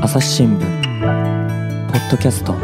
朝日新聞ポッドキャスト。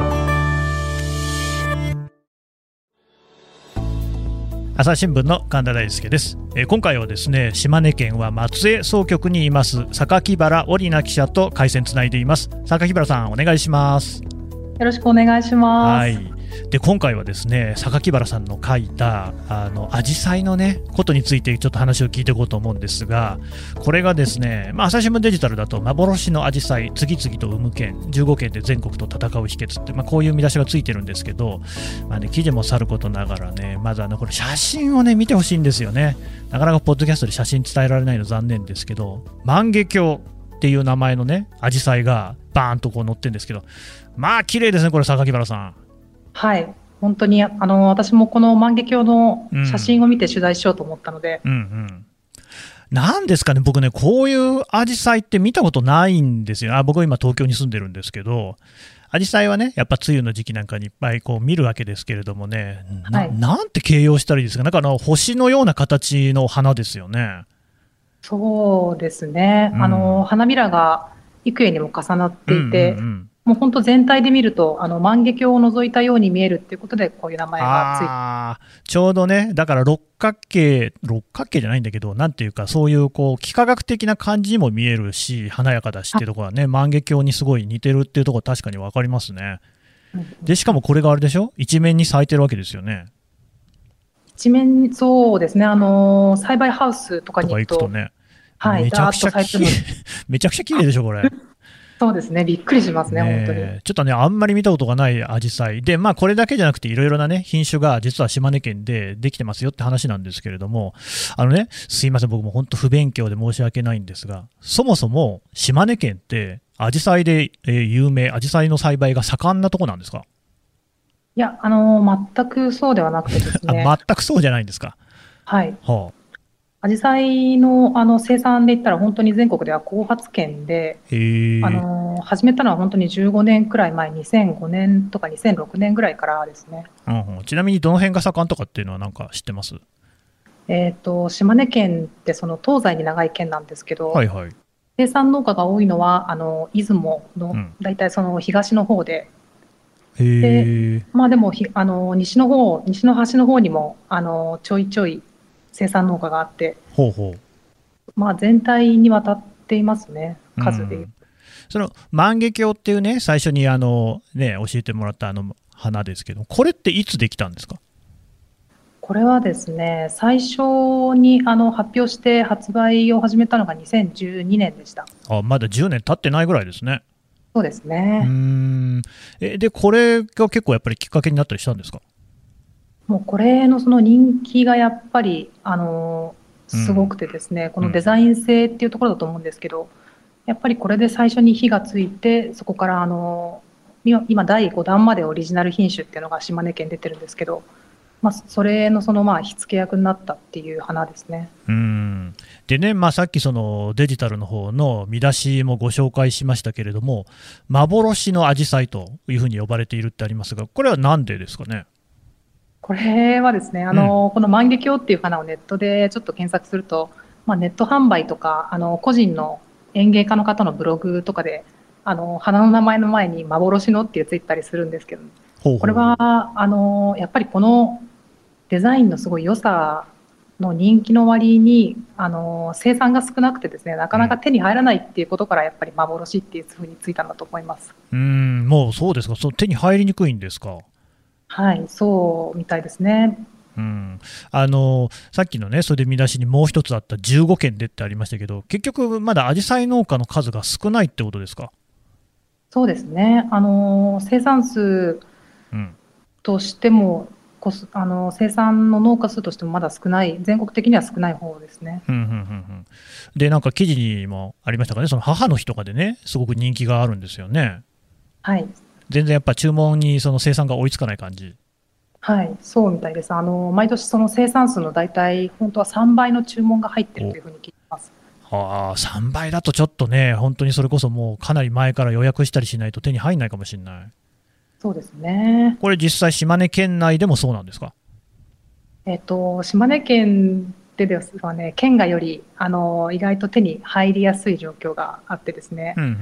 朝日新聞の神田大輔です。今回はですね、島根県は松江総局にいます榊原織奈記者と回線つないでいます。榊原さん、お願いします。 よろしくお願いします。 はい。で、今回はですね、榊原さんの書いたアジサイのねことについてちょっと話を聞いていこうと思うんですが、これがですね、朝日新聞デジタルだと幻のアジサイ次々と生む県15県で全国と戦う秘訣って、こういう見出しがついてるんですけど、記事もさることながらね、まずこれ写真をね見てほしいんですよね。なかなかポッドキャストで写真伝えられないの残念ですけど、万華鏡っていう名前のねアジサイがバーンとこう載ってるんですけど、綺麗ですね、これ榊原さん。 はい、本当に私もこの万華鏡の写真を見て取材しようと思ったので、 なんですかね、僕ね、こういうアジサイって見たことないんですよ。僕は今東京に住んでるんですけど、アジサイはね、やっぱ梅雨の時期なんかにいっぱいこう見るわけですけれどもね、なんて形容したらいいですか。なんか星のような形の花ですよね。 そうですね、花びらが幾重にも重なっていて、もう本当全体で見ると万華鏡を除いたように見えるっていうことで、こういう名前がついて、 ちょうどね、だから六角形じゃないんだけど、なんていうか、そういうこう幾何学的な感じにも見えるし、華やかだしっていうところはね、万華鏡にすごい似てるっていうところ確かに分かりますね。でしかもこれがあれでしょ、一面に咲いてるわけですよね。 一面、そうですね、栽培ハウスとかに行くとね、 はい、 めちゃくちゃめちゃくちゃ綺麗でしょこれ。 そうですね、びっくりしますね、本当に。 ちょっとね、あんまり見たことがないアジサイで、これだけじゃなくていろいろなね品種が実は島根県でできてますよって話なんですけれども、すいません、僕も本当不勉強で申し訳ないんですが、そもそも島根県ってアジサイで有名、アジサイの栽培が盛んなとこなんですか？ いや、全くそうではなくてですね全くそうじゃないんですか。 はい、アジサイの生産で言ったら本当に全国では後発県で、始めたのは本当に15年くらい前、2005年とか2006年ぐらいからですね。 ちなみにどの辺が盛んとかっていうのはなんか知ってます？ 島根県ってその東西に長い県なんですけど、生産農家が多いのは出雲のだいたいその東の方で、でも西の端の方にもちょいちょい生産農家があって、全体にわたっていますね、数でいう。 その万華鏡っていうね、最初に教えてもらった花ですけど、これっていつできたんですか？ これはですね、最初に発表して発売を始めたのが2012年でした。 まだ10年経ってないぐらいですね。 そうですね。 で、これが結構やっぱりきっかけになったりしたんですか？ もうこれのその人気がやっぱりすごくてですね、このデザイン性っていうところだと思うんですけど、やっぱりこれで最初に火がついて、そこから今第5弾までオリジナル品種っていうのが島根県出てるんですけど、それの火付け役になったっていう花ですね。 でね、さっきそのデジタルの方の見出しもご紹介しましたけれども、幻のアジサイというふうに呼ばれているってありますが、これは何でですかね？ これはですね、この万華鏡っていう花をネットでちょっと検索すると、ネット販売とか個人の園芸家の方のブログとかで花の名前の前に幻のってついたりするんですけど、これはやっぱりこのデザインのすごい良さの人気の割に生産が少なくてですね、なかなか手に入らないっていうことから、やっぱり幻っていうふうについたんだと思います。 もうそうですか。手に入りにくいんですか？ はい、そうみたいですね。 さっきのね、それで見出しにもう一つあった15件でってありましたけど、結局まだアジサイ農家の数が少ないってことですか？ そうですね、生産数としても、生産の農家数としてもまだ少ない、全国的には少ない方ですね。 で、なんか記事にもありましたかね、その母の日とかでね、すごく人気があるんですよね。 はい、 全然やっぱ注文にその生産が追いつかない感じ。 はい、そうみたいです。毎年その生産数の大体本当は3倍の注文が入っているというふうに聞いてます。 3倍だとちょっとね、本当にそれこそもうかなり前から予約したりしないと手に入らないかもしれない。 そうですね。 これ実際島根県内でもそうなんですか？ 島根県でですね、県外より意外と手に入りやすい状況があってですね、 うんうん。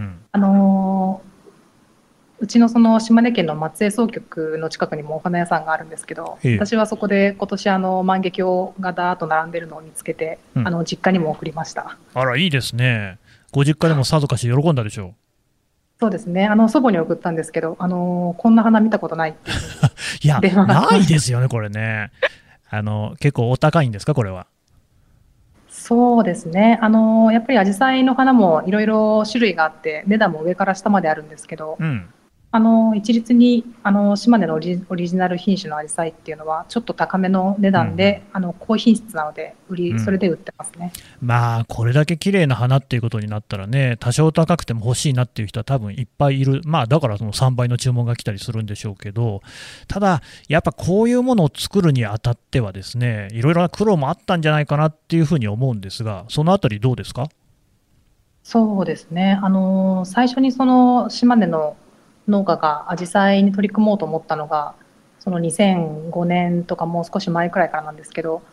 うちのその島根県の松江総局の近くにもお花屋さんがあるんですけど、 ええ。 私はそこで今年万華鏡がだーっと並んでるのを見つけて、 うん。 実家にも送りました。 あら、いいですね。ご実家でもさぞかし喜んだでしょそうですね、祖母に送ったんですけど、こんな花見たことないっていうふうにう。いや、 電話が来なました。 いですよね、これね。結構お高いんですか、これは。 そうですね、やっぱり紫陽花の花もいろいろ種類があって、値段も上から下まであるんですけど、 うん。 一律に島根のオリジナル品種のアジサイっていうのはちょっと高めの値うんうん。 段で高品質なのでそれうん。 で売ってますね。 まあ、これだけ綺麗な花っていうことになったらね、多少高くても欲しいなっていう人は多分いっぱいいる。まあ、だからその3倍の注文が来たりするんでしょうけど、ただ、やっぱこういうものを作るにあたってはですね、いろいろな苦労もあったんじゃないかなっていうふうに思うんですが、そのあたりどうですか？ そうですね、最初にその島根の農家がアジサイに取り組もうと思ったのがその2005年とかもう少し前くらいからなんですけど、 うん。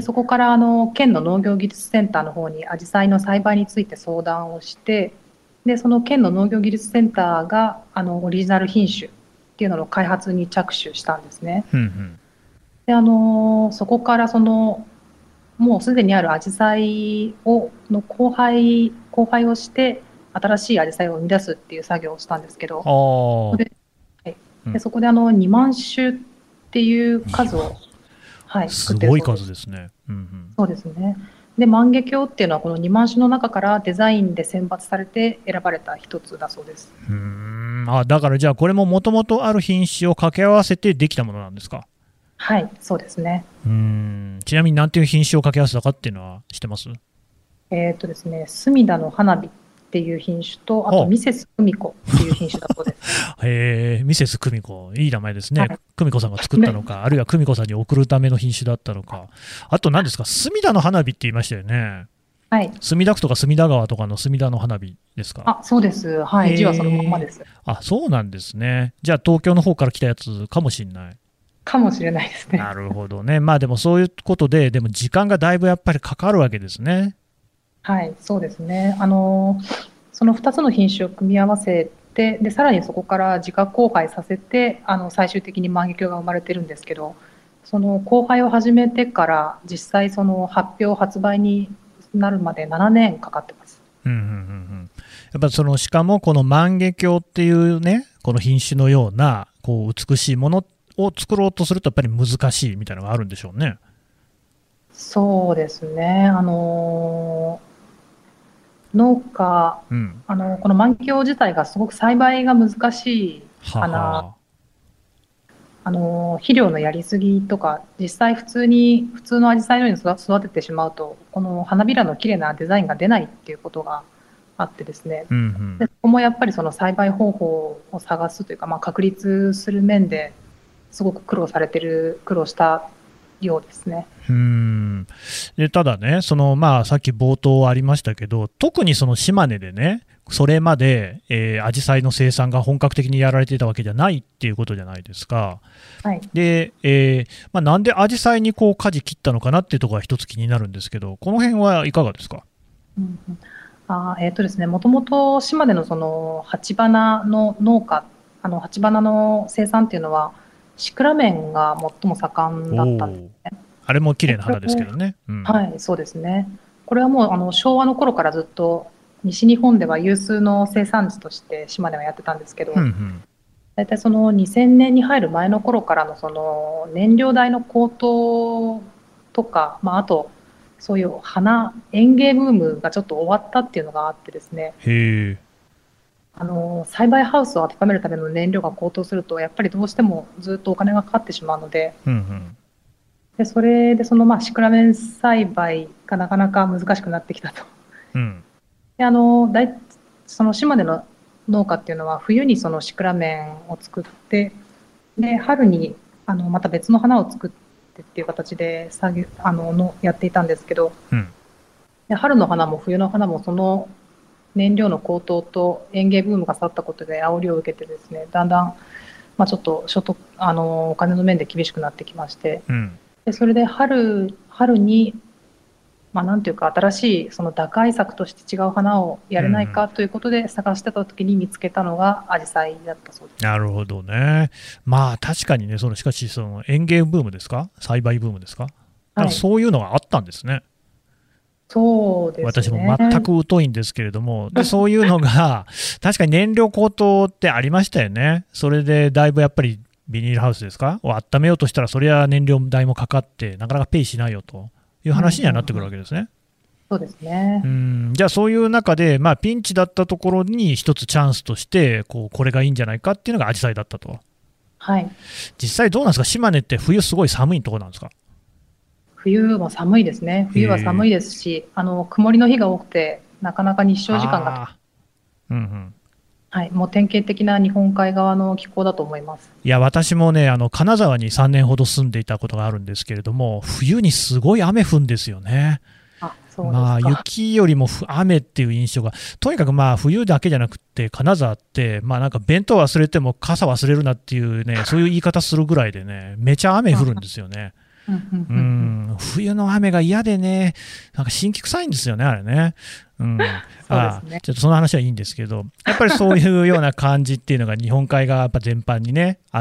でそこから県の農業技術センターの方にアジサイの栽培について相談をして、でその県の農業技術センターがオリジナル品種っていうのの開発に着手したんですね。 うんうん。 でそこからもうすでにあるアジサイの交配をして新しいアジサイを生み出すっていう作業をしたんですけど、 ああ、 そこで、はい、 うん。 でそこで2万種っていう数 2万。 を、はい、作ってるすごいそうです。 数ですね。うんうん。 そうですね。で万華鏡っていうのはこの2万種の中からデザインで選抜されて選ばれた一つだそうです。 うーん。あ、だからじゃあこれももともとある品種を掛け合わせてできたものなんですか？ はい、そうですね。 ちなみに何ていう品種を掛け合わせたかっていうのは知ってます？ ですね、隅田の花火っていう品種と、あとはミセス久美子っていう品種だそうです。 あ、ミセス久美子、いい名前ですね。 はい。 久美子さんが作ったで、 のか、あるいは久美子さんに送るための品種だったのか。あと何ですか、隅田の花火って言いましたよね。 はい。 墨田区とか隅田川とかの隅田の花火ですか？ あ、そうです。はい。字はそのまんまへえ。 です。 あ、そうなんですね。じゃあ東京の方から来たやつかもしれない。 かもしれないですね。 なるほどね。まあでもそういうことで、でも時間がだいぶやっぱりかかるわけですね。 はい、そうですね。その2つの品種を組み合わせて、で、さらにそこから自家交配させて、最終的に万華鏡が生まれてるんですけど、その交配を始めてから実際その発売になるまで7年かかってます。 うんうんうんうん。やっぱそのしかもこの万華鏡っていうね、この品種のようなこう美しいものを作ろうとするとやっぱり難しいみたいなのがあるんでしょうね。 そうですね。農家、 うん。 この万華鏡自体がすごく栽培が難しいは花、 は。 肥料のやりすぎとか、実際普通のアジサイのように育ててしまうと、この花びらの綺麗なデザインが出ないっていうことがあってですね。 うんうん。 でそこもやっぱりその栽培方法を探すというか、確立する面ですごく苦労したようですね。 うーん。で、ただね、まあ、さっき冒頭ありましたけど、特にその島根でね、それまで、アジサイの生産が本格的にやられていたわけじゃないっていうことじゃないですか。 はい。 で、まあ、なんでアジサイにこう舵切ったのかなっていうところが一つ気になるんですけど、この辺はいかがですか？ うんうん、ですね、もともと島根のその鉢花の農家、鉢花の生産っていうのは、シクラメンが最も盛んおだったんですお。あれも綺ね。 麗な花ですけどね。うん。 はい、そうですね。これはもう昭和の頃からずっと西日本では有数の生産地として島根はやってたんですけど、 うんうん。 大体その2000年に入る前の頃からのその燃料代の高騰とか、あとそういう園芸ブームがちょっと終わったっていうのがあってですね、 へえ。 栽培ハウスを温めるための燃料が高騰するとやっぱりどうしてもずっとお金がかかってしまうので、 うんうん。 それでシクラメン栽培がなかなか難しくなってきたと。 うん。 でその島根の農家っていうのは冬にそのシクラメンを作って、で春にまた別の花を作ってっていう形で作業やっていたんですけど、 うん。 で春の花も冬の花もその燃料の高騰と園芸ブームが去ったことで煽りを受けてですね、だんだん、ちょっとお金の面で厳しくなってきまして、 うん。 でそれで春になんていうか新しいその打開策として違う花をやれないかということで探してた時に見つけたのがアジサイだったそうです。 なるほどね。まあ確かにね、しかしその園芸ブームですか、栽培ブームですか、なんかそういうのがあったんですね。 そうですね。 私も全く疎いんですけれども、でそういうのが確かに燃料高騰ってありましたよね。それでだいぶやっぱりビニールハウスですかを温めようとしたら、それは燃料代もかかってなかなかペイしないよという話にはなってくるわけですね。 そうですね。 じゃあそういう中で、ピンチだったところに一つチャンスとしてこれがいいんじゃないかっていうのがアジサイだったと。 はい。 実際どうなんですか、島根って冬すごい寒いところなんですか。 冬も寒いですね。冬は寒いですし、曇りの日が多くて、なかなか日照時間が、はい、もう典型的な日本海側の気候だと思います。 いや、私もね、金沢に3年ほど住んでいたことがあるんですけれども、冬にすごい雨降るんですよね。 そうですか。 雪よりも雨っていう印象が、とにかく冬だけじゃなくて、金沢って、なんか弁当忘れても傘忘れるなっていうね、そういう言い方するぐらいでね、めちゃ雨降るんですよね。冬の雨が嫌でね、なんか神気臭いんですよね、あれね。 そうですね。 ちょっとその話はいいんですけど、やっぱりそういうような感じっていうのが日本海側やっぱ全般にね、あって、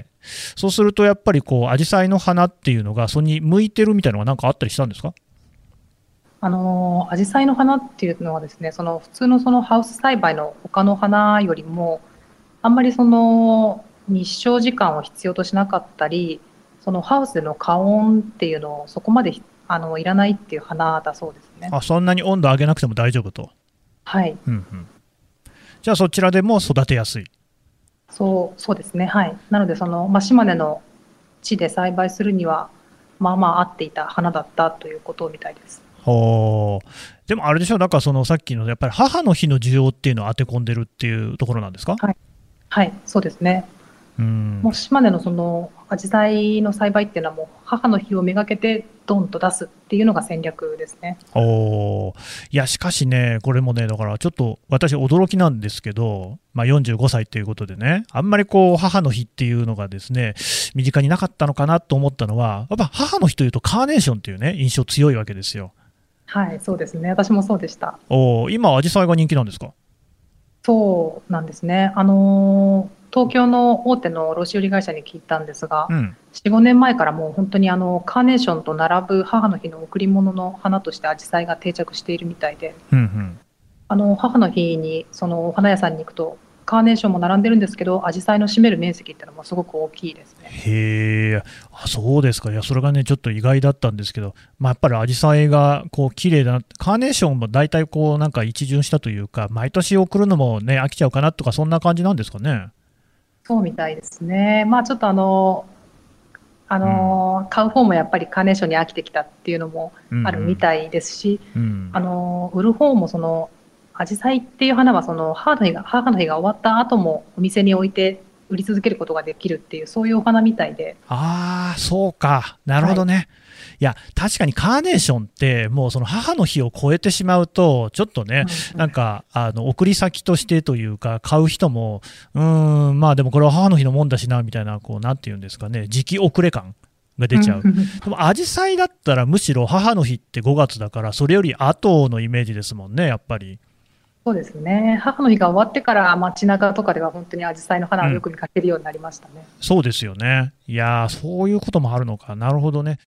そうするとやっぱりアジサイの花っていうのが、それに向いてるみたいなのがなんかあったりしたんですか？ アジサイの花っていうのはですね、普通のそのハウス栽培の他の花よりも、あんまりその日照時間を必要としなかったり、そのハウスでの加温っていうのをそこまでいらないっていう花だそうですね。 そんなに温度上げなくても大丈夫と。 はい。 じゃあそちらでも育てやすい。 そうですね。はい。なので島根の地で栽培するには合っていた花だったということみたいです。 でもあれでしょう、だからさっきのやっぱり母の日の需要っていうのを当て込んでるっていうところなんですか？ はい、そうですね。もう島根のそのアジサイの栽培っていうのはもう母の日をめがけてドンと出すっていうのが戦略ですね。 いやしかしね、これもね、だからちょっと私驚きなんですけど、45歳ということでね、あんまり母の日っていうのがですね、身近になかったのかなと思ったのは、やっぱ母の日というとカーネーションっていうね、印象強いわけですよ。 はい、そうですね。私もそうでした。 今アジサイが人気なんですか？ そうなんですね。東京の大手の卸売会社に聞いたんですが、4、5年前からもう本当にカーネーションと並ぶ母の日の贈り物の花としてアジサイが定着しているみたいで、母の日にそのお花屋さんに行くとカーネーションも並んでるんですけど、アジサイの占める面積っていうのもすごく大きいですね。 へえ、そうですか。いや、それがね、ちょっと意外だったんですけど、やっぱりアジサイが綺麗だな、カーネーションも大体なんか一巡したというか、毎年送るのもね、飽きちゃうかなとか、そんな感じなんですかね。 そうみたいですね。ちょっと買う方もやっぱりカーネーションに飽きてきたっていうのもあるみたいですし、売る方もそのアジサイっていう花はその母の日が終わった後もお店に置いて売り続けることができるっていう、そういうお花みたいで。 そうか、なるほどね。いや確かにカーネーションってもうその母の日を超えてしまうとちょっとね、なんか送り先としてというか買う人もでもこれは母の日のもんだしなみたいななんていうんですかね、時期遅れ感が出ちゃう。でもアジサイだったらむしろ母の日って5月だからそれより後のイメージですもんね、やっぱり。 そうですね。母の日が終わってから街中とかでは本当にアジサイの花をよく見かけるようになりましたね。 そうですよね。いやそういうこともあるのか。なるほどね。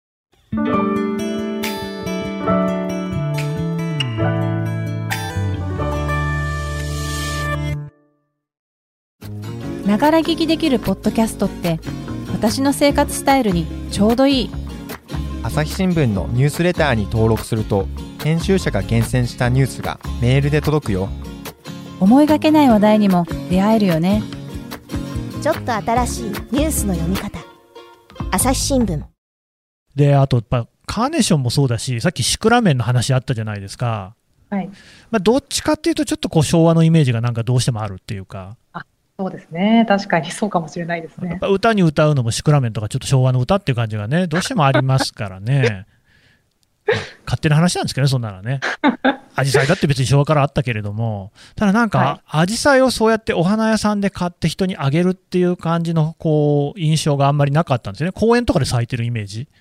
ながら聞きできるポッドキャストって私の生活スタイルにちょうどいい。 朝日新聞のニュースレターに登録すると編集者が厳選したニュースがメールで届くよ。 思いがけない話題にも出会えるよね。 ちょっと新しいニュースの読み方、朝日新聞で、あとカーネーションもそうだし、さっきシクラメンの話あったじゃないですか。どっちかっていうとちょっと昭和のイメージがなんかどうしてもあるっていうか。 そうですね。確かにそうかもしれないですね。 やっぱ歌に歌うのもシクラメンとかちょっと昭和の歌っていう感じがね、どうしてもありますからね。勝手な話なんですけどね、そんなのね。アジサイだって別に昭和からあったけれども、ただなんか、アジサイをそうやってお花屋さんで買って人にあげるっていう感じの印象があんまりなかったんですよね。公園とかで咲いてるイメージ。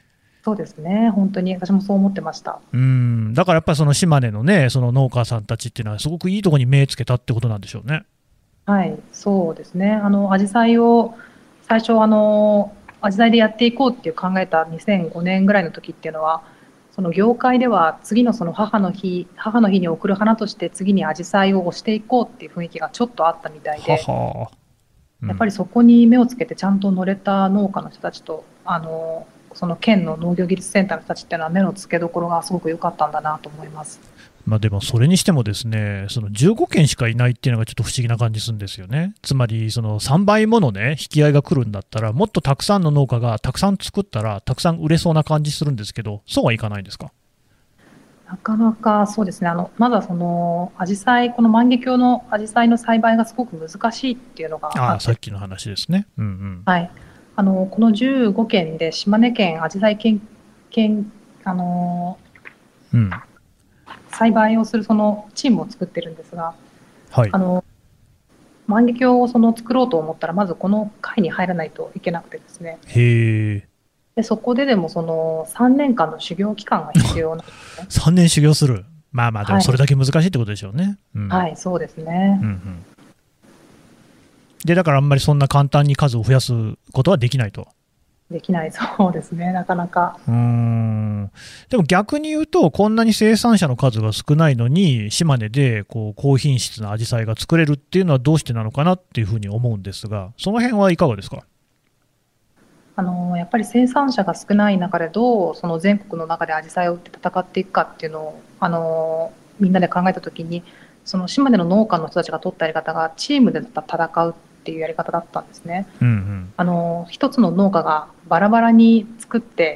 そうですね、本当に私もそう思ってました。 だからやっぱりその島根のね、その農家さんたちっていうのは、すごくいいところに目つけたってことなんでしょうね。 はい、そうですね。アジサイを最初、アジサイでやっていこうっていう考えた2005年ぐらいの時っていうのは、その業界では次のその母の日に贈る花として次にアジサイを推していこうっていう雰囲気がちょっとあったみたいはで、 は、 やっぱりそこに目をつけてちゃんと乗れた農家の人たちと、その県の農業技術センターの人たちっていうのは目の付けどころがすごく良かったんだなと思います。 まあ、でもそれにしてもですね、その15件しかいないっていうのがちょっと不思議な感じするんですよね。つまりその3倍ものね、引き合いが来るんだったら、もっとたくさんの農家がたくさん作ったら、たくさん売れそうな感じするんですけど、そうはいかないんですか？ なかなかそうですね。まだそのアジサイ、この万華鏡のアジサイの栽培がすごく難しいっていうのがあああ、 って、 さっきの話ですね。うんうん。 はい。この15県で島根県アジサイ県、 うん。 栽培をするそのチームを作ってるんですが、 はい。 万華鏡をその作ろうと思ったら、まずこの会に入らないといけなくてですね。 へえ。 で、そこででもその3年間の修行期間が必要なんですね。 3年修行する。まあまあ、でもはい。 それだけ難しいってことでしょうね。うん。 はい、そうですね。 うんうん。で、だからあんまりそんな簡単に数を増やすことはできないと。 できない、そうですね、なかなか。 でも逆に言うと、こんなに生産者の数が少ないのに、島根でこう高品質なアジサイが作れるっていうのはどうしてなのかなっていうふうに思うんですが、その辺はいかがですか？ やっぱり生産者が少ない中でどうその全国の中でアジサイを売って戦っていくかっていうのを、みんなで考えたときに、その島根の農家の人たちが取ったやり方がチームで戦うっていうやり方だったんですね。 うんうん。 一つの農家がバラバラに作って、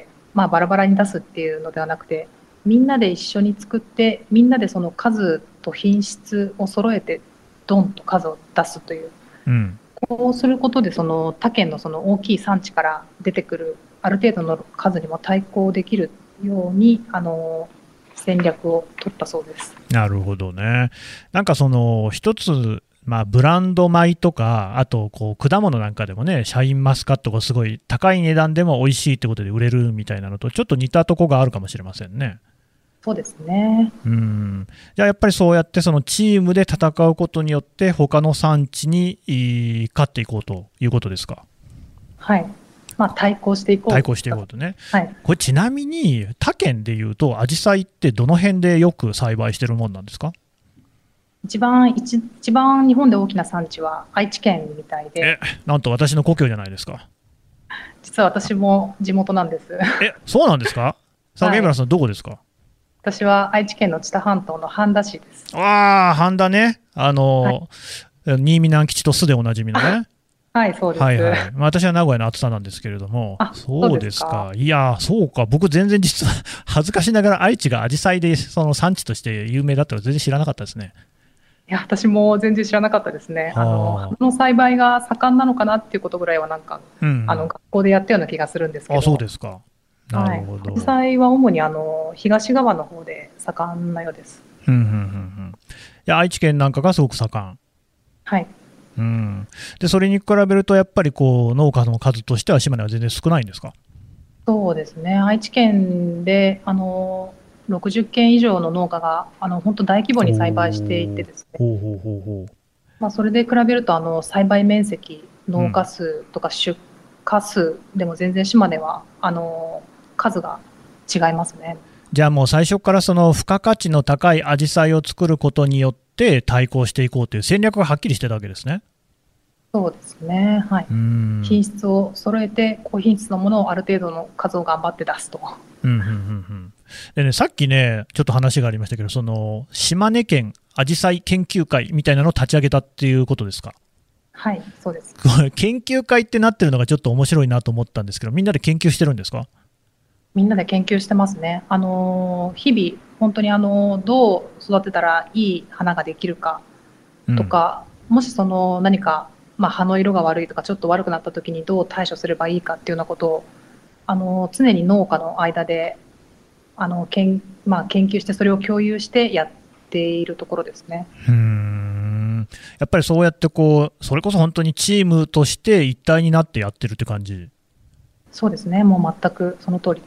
まあ、バラバラに出すっていうのではなくて、みんなで一緒に作ってみんなでその数と品質を揃えてドンと数を出すという、 うん。 こうすることでその他県のその大きい産地から出てくるある程度の数にも対抗できるように戦略を取ったそうです。 なるほどね。なんかその一つ、まあ、ブランド米とか、あとこう果物なんかでもね、シャインマスカットがすごい高い値段でも美味しいってことで売れるみたいなのと、ちょっと似たとこがあるかもしれませんね。 そうですね。 じゃあやっぱりそうやってそのチームで戦うことによって、他の産地に勝っていこうということですか？ はい。まあ、対抗していこう。 対抗していこうとね。 はい。 これちなみに他県でいうと、アジサイってどの辺でよく栽培してるもんなんですか？ 一番日本で大きな産地は愛知県みたいで、 なんと私の故郷じゃないですか。 実は私も地元なんです。 そうなんですか？さあ、 はい。 ゲイブラさんどこですか？ 私は愛知県の知多半島の半田市です。 ああ、半田ね。 はい。 新見南吉と巣でおなじみのね。 はい、そうです。 はいはい。まあ、私は名古屋の厚さなんですけれども、 あ、そうそうですか。 ですか。いやー、そうか。僕全然実は恥ずかしながら愛知がアジサイでその産地として有名だったら全然知らなかったですね。 いや、私も全然知らなかったですね。 は花の栽培が盛んなのかなっていうことぐらいはなんか、 あ。うん、 学校でやったような気がするんですけあ、そうど、 ですか。なはい。 るほど。 アジサイは主に東側の方で盛んなようです。 いや、愛知県なんかがすごく盛ん。 はい。 で、それに比べると、やっぱりこう農家の数としては島根は全然少ないんですか？ そうですね。愛知県で、60軒以上の農家が、本当大規模に栽培していておー、 ですね。 ほうほうほうほまあ、それで比べると、栽培面積、 う。 農家数とか出荷数でも全然島根は、数が違いますね。 じゃあもう最初からその付加価値の高いアジサイを作ることによって対抗していこうという戦略がはっきりしてたわけですね。 そうですね。はい。 うーん。 品質を揃えて、高品質のものをある程度の数を頑張って出すと。 でね、さっきね、ちょっと話がありましたけど、その島根県アジサイ研究会みたいなのを立ち上げたっていうことですか？ はい、そうです。 これ研究会ってなってるのがちょっと面白いなと思ったんですけど、みんなで研究してるんですか？ みんなで研究してますね。日々、本当にどう育てたらいい花ができるかうん。 とか、もしその何か、まあ、葉の色が悪いとか、ちょっと悪くなった時にどう対処すればいいかっていうようなことを、常に農家の間で、まあ、研究して、それを共有してやっているところですね。 やっぱりそうやってこう、それこそ本当にチームとして一体になってやってるって感じ。 そうですね。もう全くその通りです。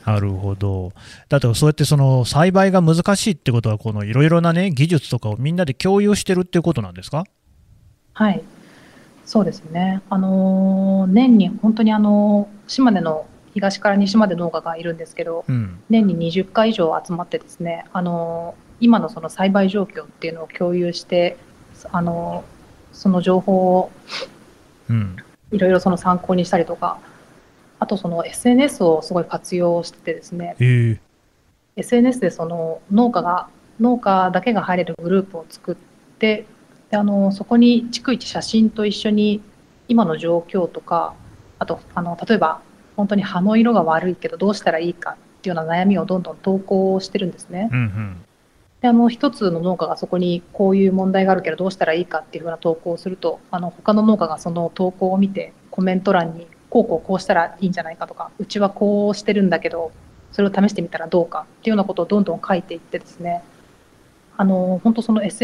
なるほど。だってそうやってその栽培が難しいってことは、このいろいろなね、技術とかをみんなで共有してるっていうことなんですか？ はい、そうですね。年に本当に島根の東から西まで農家がいるんですけど、 うん。 年に20回以上集まってですね、今のその栽培状況っていうのを共有して、その情報をうん。 いろいろその参考にしたりとか、あとその SNS をすごい活用しててですね、 ええ。 SNS でその農家だけが入れるグループを作って、でそこに逐一写真と一緒に今の状況とか、あと例えば本当に葉の色が悪いけどどうしたらいいかっていうような悩みをどんどん投稿してるんですね。 うんうん。 で一つの農家がそこにこういう問題があるけどどうしたらいいかっていうふうな投稿をすると、他の農家がその投稿を見てコメント欄にこうしたらいいんじゃないかとか、うちはこうしてるんだけどそれを試してみたらどうかっていうようなことをどんどん書いていってですね、本当その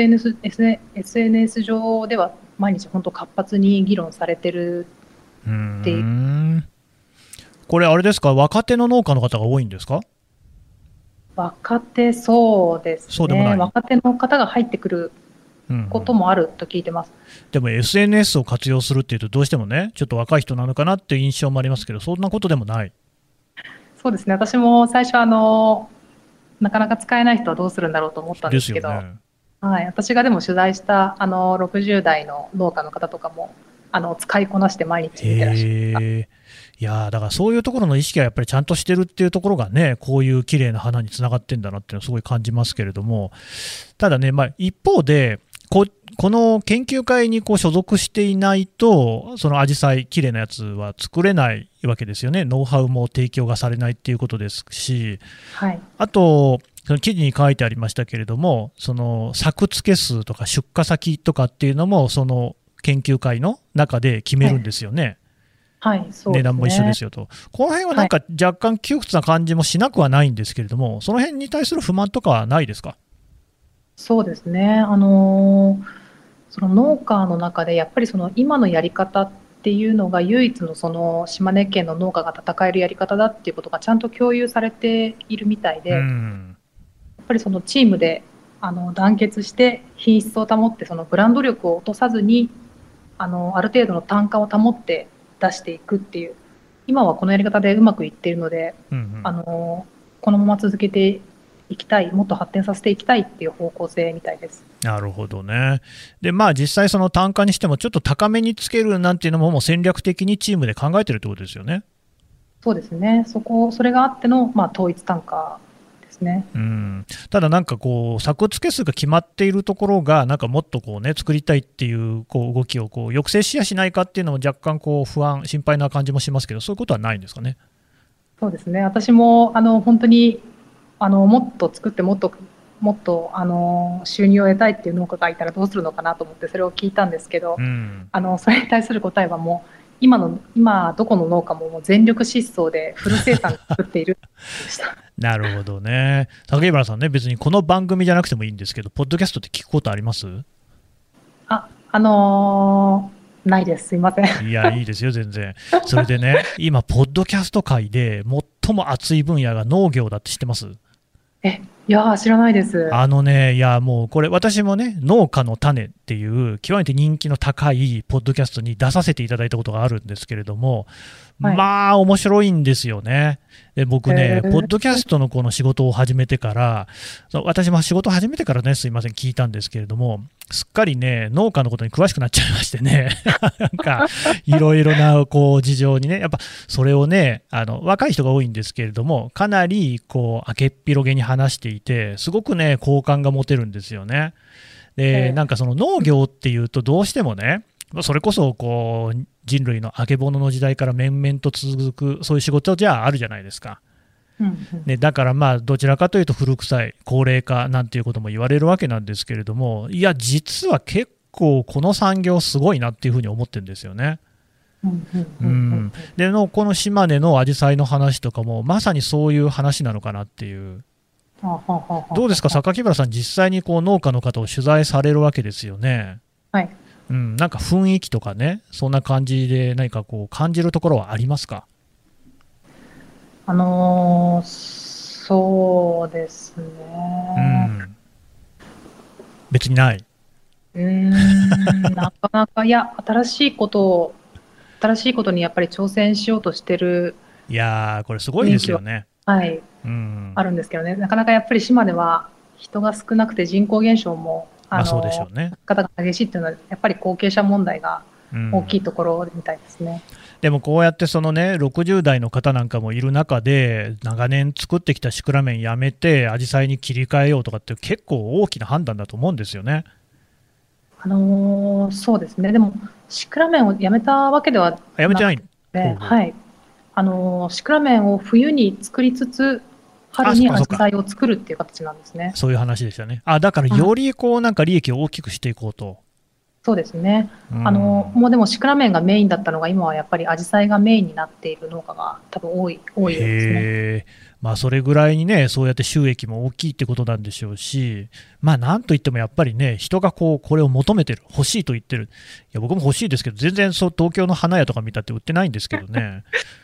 SNS 上では毎日本当活発に議論されてるうーっていう。 ん。これあれですか、若手の農家の方が多いんですか？ 若手、そうですね。 そうでもない。 若手の方が入ってくるうんうん。 こともあると聞いてます。 でも SNS を活用するっていうと、どうしてもね、ちょっと若い人なのかなっていう印象もありますけど、そんなことでもない。 そうですね。私も最初なかなか使えない人はどうするんだろうと思ったんでですけど、 すよね。 はい、私がでも取材した60代の農家の方とかも使いこなして毎日見てらっしゃる。 へえ。いやー、だからそういうところの意識がやっぱりちゃんとしてるっていうところがね、こういう綺麗な花につながってんだなっていうのをすごい感じますけれども、ただね、まあ、一方で、この研究会にこう所属していないと、そのアジサイ、綺麗なやつは作れないわけですよね。ノウハウも提供がされないっていうことですし、 はい、 あと、その記事に書いてありましたけれども、その作付け数とか出荷先とかっていうのも、その研究会の中で決めるんですよね。 はい、そうですね。 値段も一緒ですよと。この辺はなんか若干窮屈な感じもしなくはないんですけれども、その辺に対する不満とかはないですか？ そうですね。その農家の中でやっぱりその今のやり方っていうのが唯一のその島根県の農家が戦えるやり方だっていうことがちゃんと共有されているみたいで、 うやっん。 ぱりそのチームで団結して品質を保ってそのブランド力を落とさずにある程度の単価を保って出していくっていう、今はこのやり方でうまくいっているので、 うんうん。 このまま続けていきたい、もっと発展させていきたいっていう方向性みたいです。 なるほどね。で、まあ実際その単価にしてもちょっと高めにつけるなんていうのももう戦略的にチームで考えてるってことですよね。 そうですね。それがあっての、統一単価ですね。 うん。ただなんかこう作付け数が決まっているところがなんかもっとこうね作りたいっていうこう動きをこう抑制しやしないかっていうのも若干こう心配な感じもしますけど、そういうことはないんですかね。 そうですね。私も本当にもっと作ってもっと収入を得たいっていう農家がいたらどうするのかなと思ってそれを聞いたんですけど、 うん。 それに対する答えはもう今どこの農家ももう全力疾走でフル生産で作っているでした。 なるほどね。竹原さんね、別にこの番組じゃなくてもいいんですけど、ポッドキャストって聞くことあります？ ないです。すいません。 いや、いいですよ、全然。それでね、今、ポッドキャスト界で最も熱い分野が農業だって知ってます？ いやー、知らないです。 いや、もうこれ、私もね、農家の種っていう、極めて人気の高いポッドキャストに出させていただいたことがあるんですけれども、 はい、 まあ、面白いんですよね。で僕ね、ポッドキャストのこの仕事を始めてから、私も仕事を始めてからね、すいません、聞いたんですけれども、すっかりね、農家のことに詳しくなっちゃいましてね、なんか、いろいろなこう事情にね、やっぱそれをね、若い人が多いんですけれども、かなりこう明けっぴろげに話していて、すごくね、好感が持てるんですよね。で、なんかその農業っていうと、どうしてもね、それこそこう人類のあけぼのの時代から面々と続く、そういう仕事じゃあるじゃないですか。ね、だからまあどちらかというと古臭い高齢化なんていうことも言われるわけなんですけれども、いや実は結構この産業すごいなっていうふうに思ってるんですよね。でこの島根のアジサイの話とかもまさにそういう話なのかなっていう。どうですか、榊原さん、実際にこう農家の方を取材されるわけですよね。 はい、 なんか雰囲気とかね、そんな感じで何かこう感じるところはありますか？ そうですね。 別にない。 なかなか、いや、新しいことにやっぱり挑戦しようとしてる。 いやー、これすごいですよね。 はい。あるんですけどね、なかなかやっぱり島では人が少なくて人口減少も、 そうでしょうね。 方が激しいっていうのは、やっぱり後継者問題が大きいところみたいですね。 でもこうやってそのね、60代の方なんかもいる中で、長年作ってきたシクラメンやめて、アジサイに切り替えようとかって結構大きな判断だと思うんですよね。 そうですね。でもシクラメンをやめたわけではなくて、 やめてない。 はい。シクラメンを冬に作りつつ、春にアジサイを作るっていう形なんですね。 そういう話でしたね。だからよりこうなんか利益を大きくしていこうと。 そうですね。もうでもシクラメンがメインだったのが、今はやっぱりアジサイがメインになっている農家が多分多いですね。それぐらいにね、そうやって収益も大きいってことなんでしょうし、なんといってもやっぱりね、人がこれを求めてる、欲しいと言ってる。いや、僕も欲しいですけど、全然東京の花屋とか見たって売ってないんですけどね。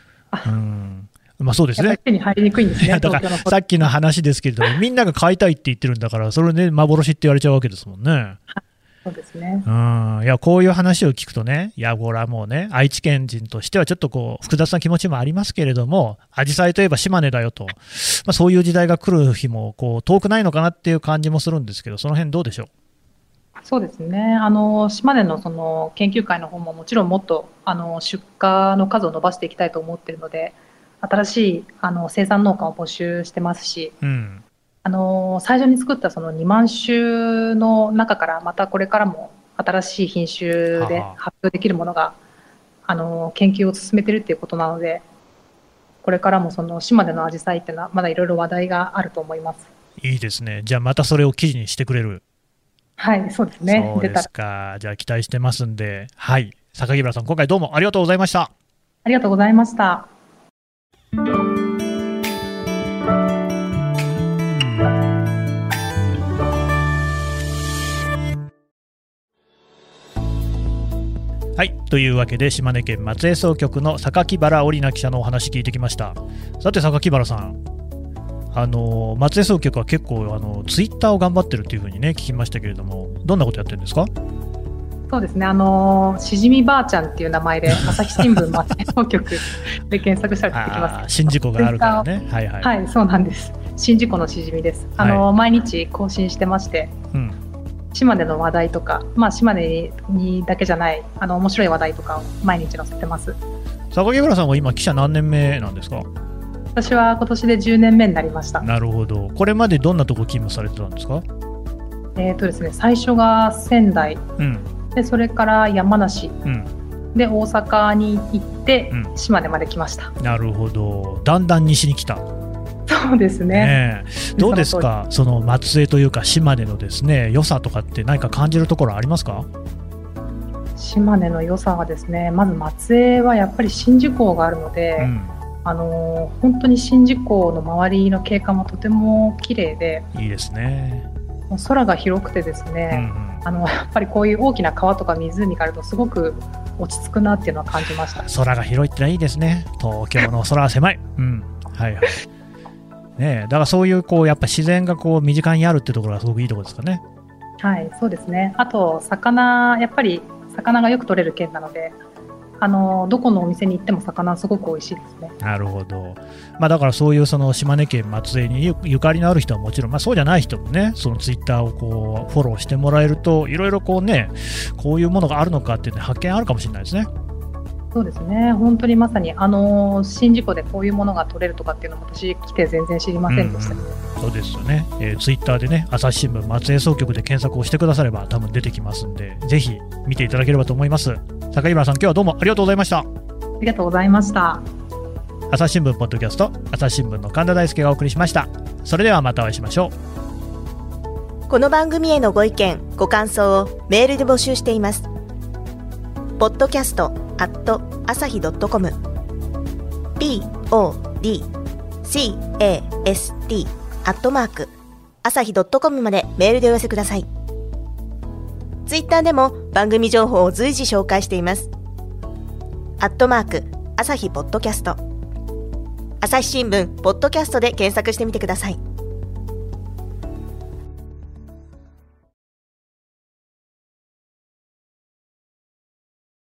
そうですね。 手に入りにくいんですね。 だからさっきの話ですけれども、みんなが買いたいって言ってるんだから、それね、幻って言われちゃうわけですもんね。 そうですね。 いや、こういう話を聞くとね、いや、これはもうね、愛知県人としてはちょっと複雑な気持ちもありますけれども、アジサイといえば島根だよと、そういう時代が来る日も遠くないのかなっていう感じもするんですけど、その辺どうでしょう。 そうですね。島根のその研究会の方ももちろんもっと出荷の数を伸ばしていきたいと思っているので、新しい生産農家を募集してますし、最初に作ったその2万種の中からまたこれからも新しい品種で発表できるものが研究を進めているということなので、これからもその島でのアジサイっていうのはまだいろいろ話題があると思います。 いいですね。じゃあまたそれを記事にしてくれる。 はい、そうですね。 そうですか。じゃあ期待してますんで、はい、榊原さん、今回どうもありがとうございました。 ありがとうございました。 はい、というわけで島根県松江総局の榊原織奈記者のお話聞いてきました。さて榊原さん、松江総局は結構ツイッターを頑張ってるというふうにね聞きましたけれども、どんなことやってるんですか？ そうですね、しじみばあちゃんっていう名前で朝日新聞松江総局で検索したら出てきます。 宍道湖があるからね。はいはい、 はい、そうなんです。宍道湖のしじみです。毎日更新してまして、島根の話題とか、島根にだけじゃない面白い話題とかを毎日載せてます。 榊原さんは今記者何年目なんですか？ 私は今年で10年目になりました。 なるほど。これまでどんなとこ勤務されてたんですか？ ですね、最初が仙台、でそれから山梨、で大阪に行って、島根まで来ました。 なるほど。だんだん西に来た。 そうですね。 どうですか、その松江というか島根のですね良さとかって何か感じるところありますか？ 島根の良さはですね、まず松江はやっぱり宍道湖があるので、本当に宍道湖の周りの景観もとても綺麗でいいですね。 空が広くてですね、やっぱりこういう大きな川とか湖があるとすごく落ち着くなっていうのは感じました。 空が広いってのはいいですね。東京の空は狭い。はいはい。ね、だからそういうやっぱ自然が身近にあるってところがすごくいいところですかね。はい、 そうですね。あとやっぱり魚がよく取れる県なので、どこのお店に行っても魚すごく美味しいですね。 なるほど。だからそういうその島根県松江にゆかりのある人はもちろん、そうじゃない人もね、そのツイッターをフォローしてもらえると、いろいろこういうものがあるのかっていう発見あるかもしれないですね。 そうですね。本当にまさに宍道湖でこういうものが取れるとかっていうのも私来て全然知りませんでした。 そうですよね。ツイッターでね、朝日新聞松江総局で検索をしてくだされば多分出てきますんで、ぜひ見ていただければと思います。榊原さん、今日はどうもありがとうございました。 ありがとうございました。 朝日新聞ポッドキャスト、朝日新聞の神田大輔がお送りしました。それではまたお会いしましょう。この番組へのご意見ご感想をメールで募集しています。podcast@asahi.com podcast@asahi.com までメールでお寄せください。ツイッターでも番組情報を随時紹介しています。@朝日ポッドキャスト朝日新聞ポッドキャストで検索してみてください。